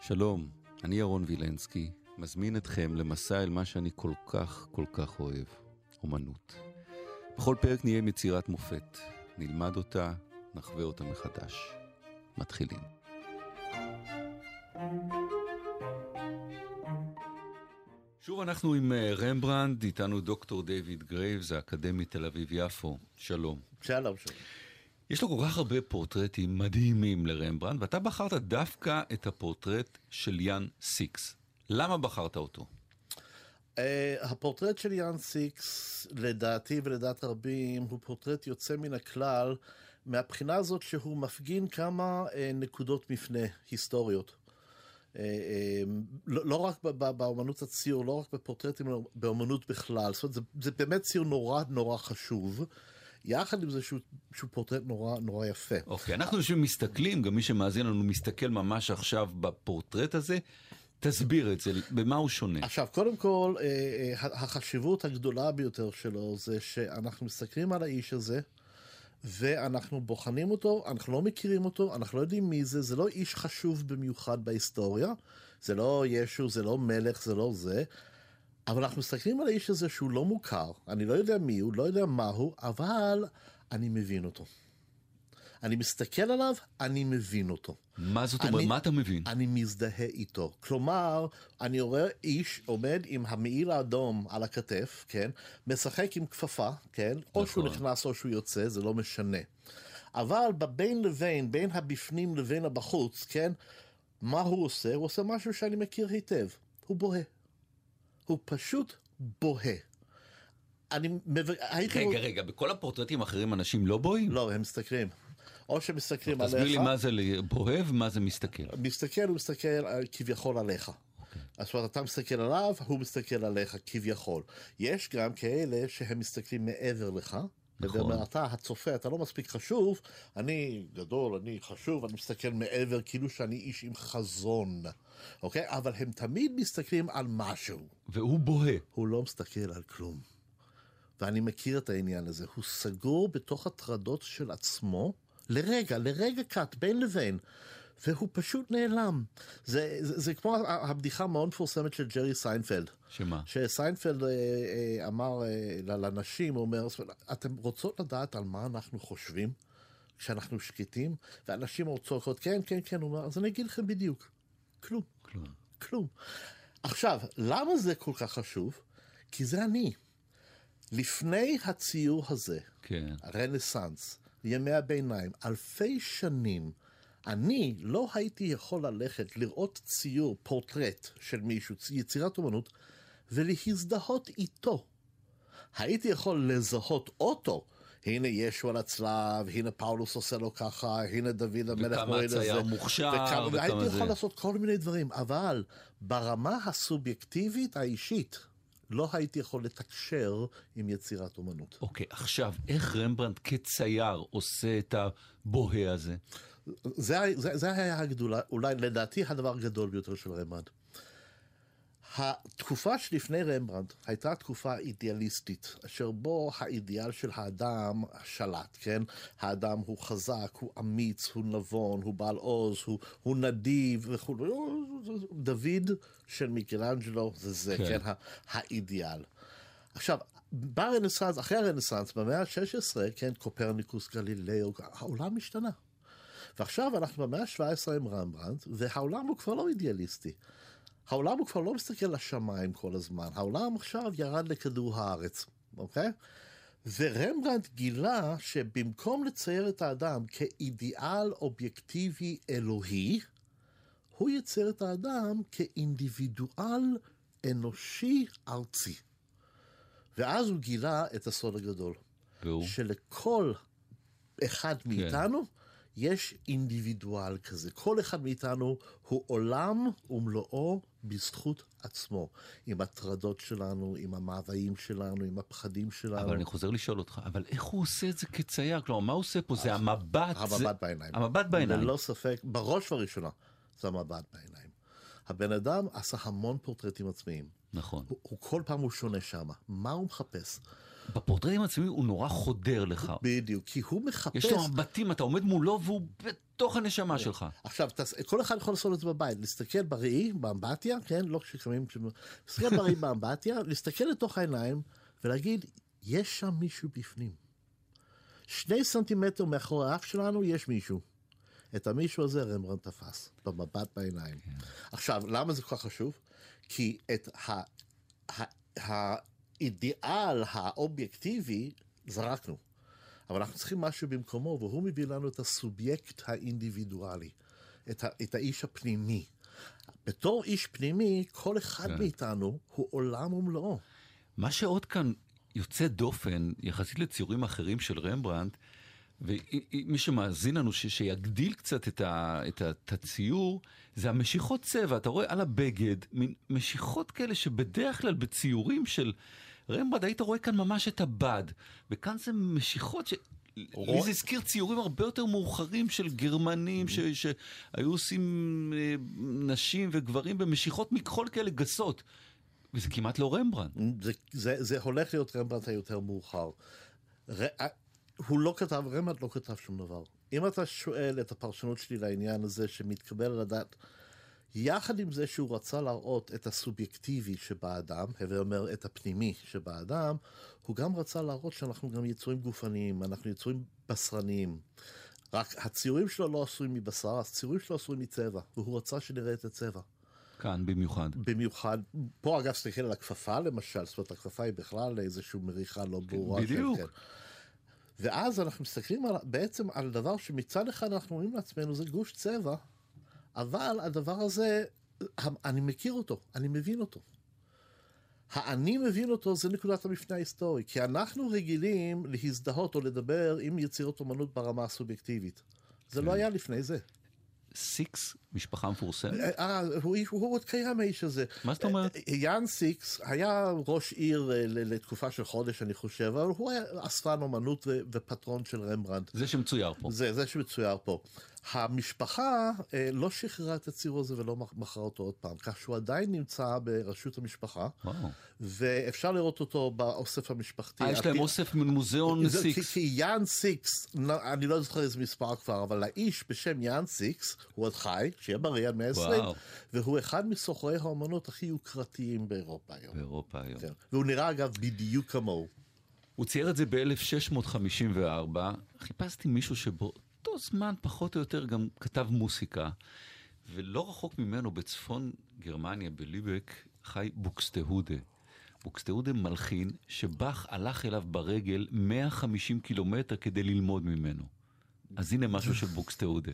שלום, אני ירון וילנסקי, מזמין אתכם למסע אל מה שאני כל כך אוהב, אומנות. בכל פרק נהיה יצירת מופת, נלמד אותה, נחווה אותה מחדש. מתחילים. שוב אנחנו עם רמברנדט, איתנו דוקטור דיוויד גרייבס, האקדמי תל אביב יפו. שלום. שלום, שלום. יש לו כל כך הרבה פורטרטים מדהימים לרמברנדט, ואתה בחרת דווקא את הפורטרט של יאן סיקס. למה בחרת אותו? הפורטרט של יאן סיקס, לדעתי ולדעת רבים, הוא פורטרט יוצא מן הכלל, מהבחינה הזאת שהוא מפגין כמה נקודות מפנה היסטוריות. לא רק באמנות הציור, לא רק בפורטרטים, באמנות בכלל. זאת אומרת, זה באמת ציור נורא חשוב. יחד עם זה שהוא פורטרט נורא יפה. אוקיי, אנחנו מסתכלים, גם מי שמאזין לנו מסתכל ממש עכשיו בפורטרט הזה, תסביר את זה, במה הוא שונה? עכשיו, קודם כל, החשיבות הגדולה ביותר שלו זה שאנחנו מסתכלים על האיש הזה, ואנחנו בוחנים אותו, אנחנו לא מכירים אותו, אנחנו לא יודעים מי זה, זה לא איש חשוב במיוחד בהיסטוריה, זה לא ישו, זה לא מלך, זה לא זה, אבל אנחנו מסתכלים על האיש הזה שהוא לא מוכר, אני לא יודע מי הוא, לא יודע מה הוא, אבל אני מבין אותו. אני מסתכל עליו, אני מבין אותו. מה זאת אומרת? מה אתה מבין? אני מזדהה איתו. כלומר, אני רואה איש עומד עם המעיל האדום על הכתף, כן? משחק עם כפפה, כן? או שהוא נכנס או שהוא יוצא, זה לא משנה. אבל בין לבין, בין הבפנים לבין הבחוץ, כן? מה הוא עושה? הוא עושה משהו שאני מכיר היטב. הוא בוהה. הוא פשוט בוהה. רגע, בכל הפורטרטים האחרים אנשים לא בוהים? לא, הם מסתכלים. או שמסתכלים עליך. תסביר לי מה זה בוהה ומה זה מסתכל. הוא מסתכל כביכול עליך. אז אתה מסתכל עליו, הוא מסתכל עליך כביכול. יש גם כאלה שהם מסתכלים מעבר לך. נכון. אתה הצופה, אתה לא מספיק חשוב, אני גדול, אני חשוב, אני מסתכל מעבר כאילו שאני איש עם חזון. אוקיי? אבל הם תמיד מסתכלים על משהו. והוא בוהה. הוא לא מסתכל על כלום. ואני מכיר את העניין הזה. הוא סגור בתוך הטרדות של עצמו, לרגע קט, בין לבין, והוא פשוט נעלם. זה כמו הבדיחה מאוד מפורסמת של ג'רי סיינפלד. שמה? שסיינפלד אמר לנשים, הוא אומר, אתם רוצות לדעת על מה אנחנו חושבים כשאנחנו שקטים? ואנשים צועקות, כן, הוא אומר, אז אני אגיד לכם בדיוק, כלום. עכשיו, למה זה כל כך חשוב? כי זה אני. לפני הציור הזה, כן. הרנסנס, ימי הביניים, אלפי שנים, אני לא הייתי יכול ללכת לראות ציור, פורטרט של מישהו, יצירת אומנות, ולהזדהות איתו. הייתי יכול לזהות אותו. הנה ישו על הצלב, הנה פאולוס עושה לו ככה, הנה דוד המלך מוריד הזה. וכמה צייר מוכשר, וכמה זה. הייתי יכול לעשות כל מיני דברים, אבל ברמה הסובייקטיבית האישית, לא הייתי יכול לתקשר עם יצירת אומנות. אוקיי, עכשיו, איך רמברנדט כצייר עושה את הבוהה הזה? זה היה הגדולה, אולי לדעתי הדבר הגדול ביותר של רמברנדט. התקופה שלפני רמברנדט הייתה תקופה אידיאליסטית, אשר בו האידיאל של האדם שלט, כן? האדם הוא חזק, הוא אמיץ, הוא נבון, הוא בעל עוז, הוא נדיב וכו'. דוד של מיקלאנג'לו זה כן, האידיאל. עכשיו, ברנסנס, אחרי הרנסנס, במאה ה-16, כן, קופרניקוס, גלילאו, העולם השתנה. ועכשיו אנחנו במאה ה-17 עם רמברנדט, והעולם הוא כבר לא אידיאליסטי. העולם הוא כבר לא מסתכל לשמיים כל הזמן, העולם עכשיו ירד לכדור הארץ, אוקיי? ורמברנדט גילה שבמקום לצייר את האדם כאידיאל אובייקטיבי אלוהי, הוא יצייר את האדם כאינדיבידואל אנושי ארצי. ואז הוא גילה את הסוד הגדול. שלכל אחד מאיתנו יש אינדיבידואל כזה. כל אחד מאיתנו הוא עולם ומלואו בזכות עצמו. עם הטרדות שלנו, עם המאוויים שלנו, עם הפחדים שלנו. אבל אני חוזר לשאול אותך, אבל איך הוא עושה את זה כצייר? כלומר, מה הוא עושה פה? זה המבט. המבט בעיניים. המבט בעיניים. ללא ספק, בראש ובראשונה, זה המבט בעיניים. הבן אדם עשה המון פורטרטים עצמיים. נכון. כל פעם הוא שונה שם. מה הוא מחפש? בפורטרטים העצמיים הוא נורא חודר לך. בדיוק, כי הוא מחפש... יש לו מבטים, אתה עומד מולו והוא בתוך הנשמה שלך. עכשיו, כל אחד יכול לעשות את זה בבית, להסתכל בראי, באמבטיה, כן, לא כשקמים, להסתכל בראי באמבטיה, להסתכל לתוך העיניים ולהגיד, יש שם מישהו בפנים. 2 סנטימטר מאחורי האף שלנו יש מישהו. את המישהו הזה רמברנדט תפס, במבט בעיניים. עכשיו, למה זה כל כך חשוב? כי את האידיאל האובייקטיבי זרקנו. אבל אנחנו צריכים משהו במקומו, והוא מביא לנו את הסובייקט האינדיבידואלי, את האיש הפנימי. בתור איש פנימי, כל אחד מאיתנו הוא עולם ומלואו. מה שעוד כאן יוצא דופן, יחסית לציורים אחרים של רמברנדט, ומי שמאזין לנו שיגדיל קצת את הציור, זה המשיכות צבע. אתה רואה על הבגד, משיכות כאלה שבדרך כלל בציורים של רמברנדט, היית רואה כאן ממש את הבד. וכאן זה משיכות לי זה הזכיר ציורים הרבה יותר מאוחרים של גרמנים שהיו עושים נשים וגברים במשיכות מכחול כאלה גסות. וזה כמעט לא רמברנדט. זה הולך להיות רמברנדט היותר מאוחר. הוא לא כתב, רמברנדט לא כתב שום דבר. אם אתה שואל את הפרשנות שלי לעניין הזה שמתקבל על הדעת, יחד עם זה שהוא רצה להראות את הסובייקטיבי שבאדם, הווה אומר את הפנימי שבאדם, הוא גם רצה להראות שאנחנו גם יצורים גופניים, אנחנו יצורים בשרניים. רק הציורים שלו לא עשויים מבשר, הציורים שלו עשויים מצבע, והוא רצה שנראה את הצבע. כאן במיוחד. במיוחד. פה אגב סתכל על הכפפה למשל, זאת אומרת הכפפה היא בכלל איזושהי מריחה לא ברורה. בדיוק. כן. ואז אנחנו מסתכלים בעצם על דבר שמצד אחד אנחנו אומרים לעצמנו זה גוש צבע, אבל הדבר הזה, אני מכיר אותו, אני מבין אותו. אני מבין אותו זה נקודת המפנה ההיסטורי, כי אנחנו רגילים להזדהות או לדבר עם יצירות אומנות ברמה הסובייקטיבית. זה לא היה לפני זה. סיקס, משפחה מפורסמת? הוא עוד קיים האיש הזה. מה זאת אומרת? יאן סיקס היה ראש עיר לתקופה של חודש אני חושב, אבל הוא היה אספן אומנות ופטרון של רמברנדט. זה שמצויר פה. זה שמצויר פה. המשפחה לא שחררה את הציר הזה ולא מכרה אותו עוד פעם, כך שהוא עדיין נמצא ברשות המשפחה, ואפשר לראות אותו באוסף המשפחתי. יש להם אוסף מוזיאון סיקס. כי יאן סיקס, אני לא זוכר איזה מספר כבר, אבל האיש בשם יאן סיקס, הוא עוד חי, שיהיה בריא עד 120, והוא אחד מסוחרי האומנות הכי יוקרתיים באירופה היום. באירופה היום. והוא נראה אגב בדיוק כמוהו. הוא צייר את זה ב-1654, חיפשתי מישהו שבו אותו זמן פחות או יותר גם כתב מוסיקה, ולא רחוק ממנו בצפון גרמניה, בליבק, חי בוקסטהודה. בוקסטהודה מלחין שבח הלך אליו ברגל 150 קילומטר כדי ללמוד ממנו. אז הנה משהו של בוקסטהודה.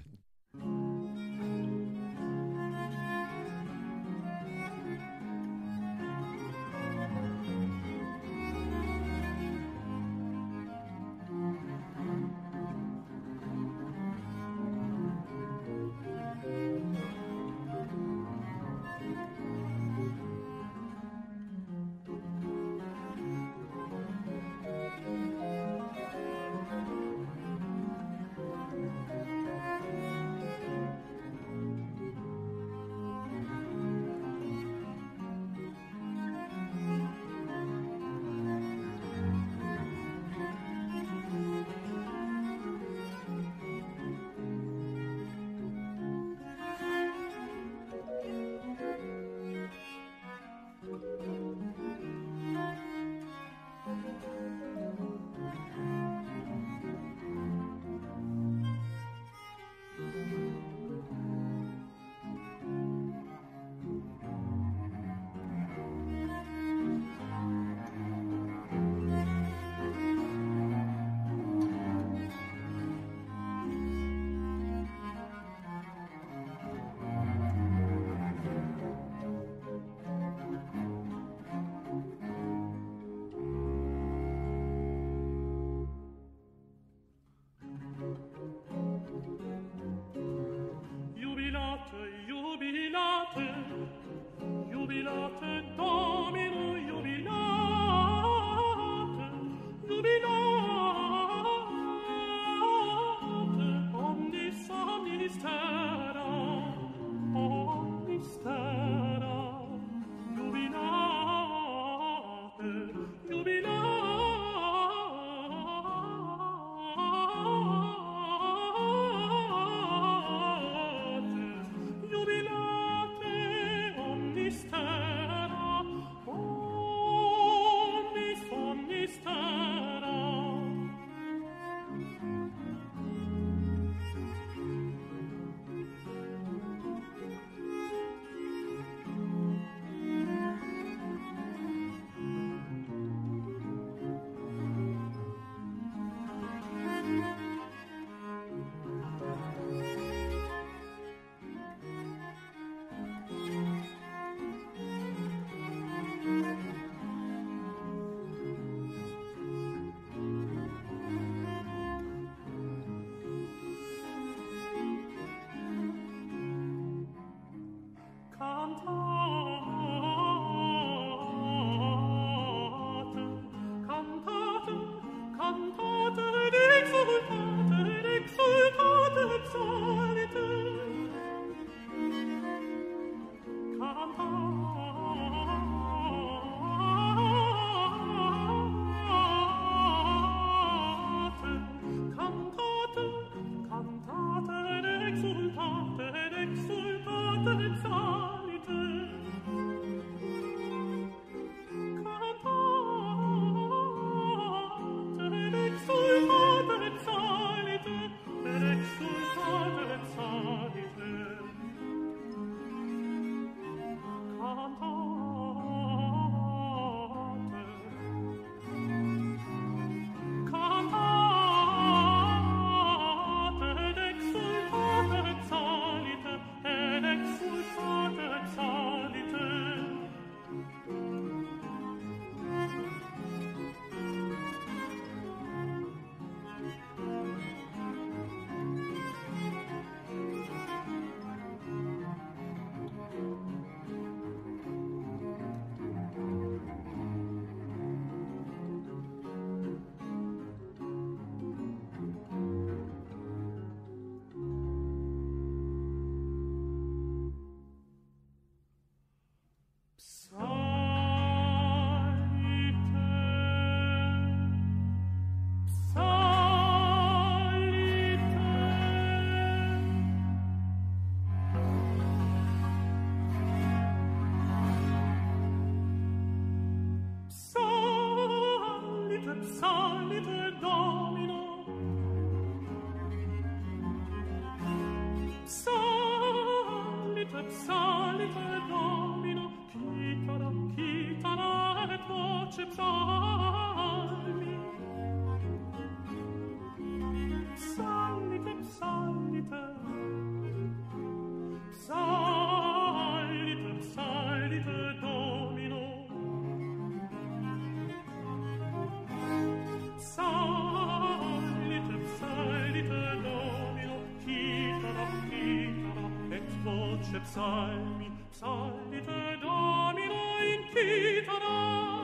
voce psalmi, psalite Domino in chitara.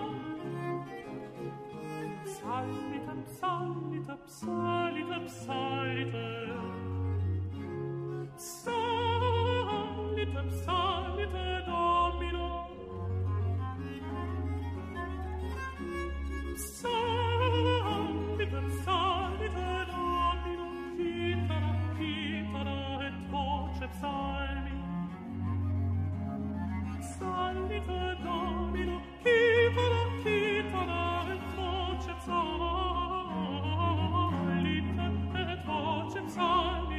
Psalite, psalite, psalite, psalite. Psalite, psalite Domino. Psalite, psalite Domino. Chitara, chitara et voce psalmi. Psalite Domino. Chitara, chitara et voce psalite et voce psalmi.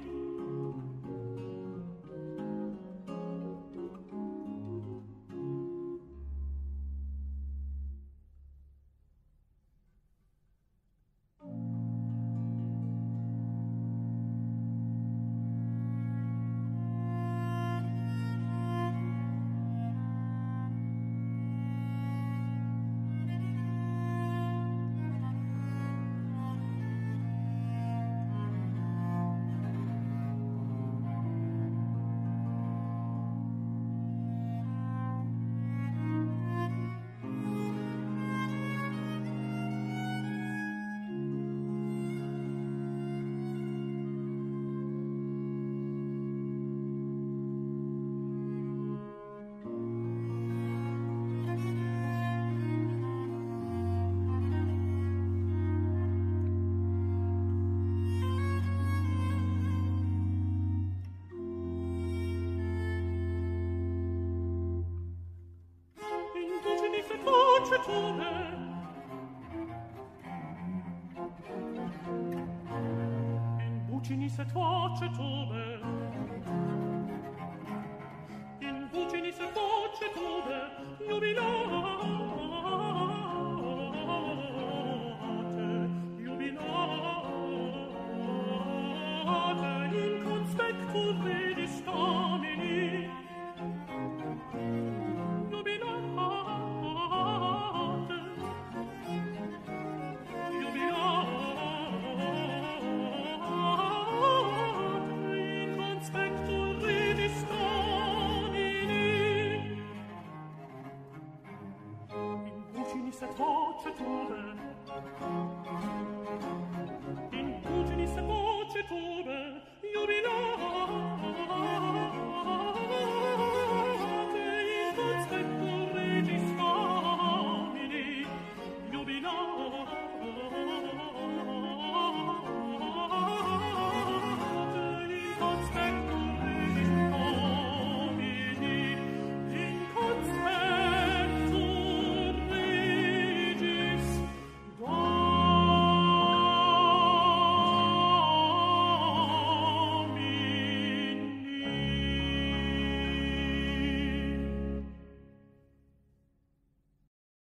Voce tube, in bucinis et voce tube, in bucinis et voce tube, jubilare.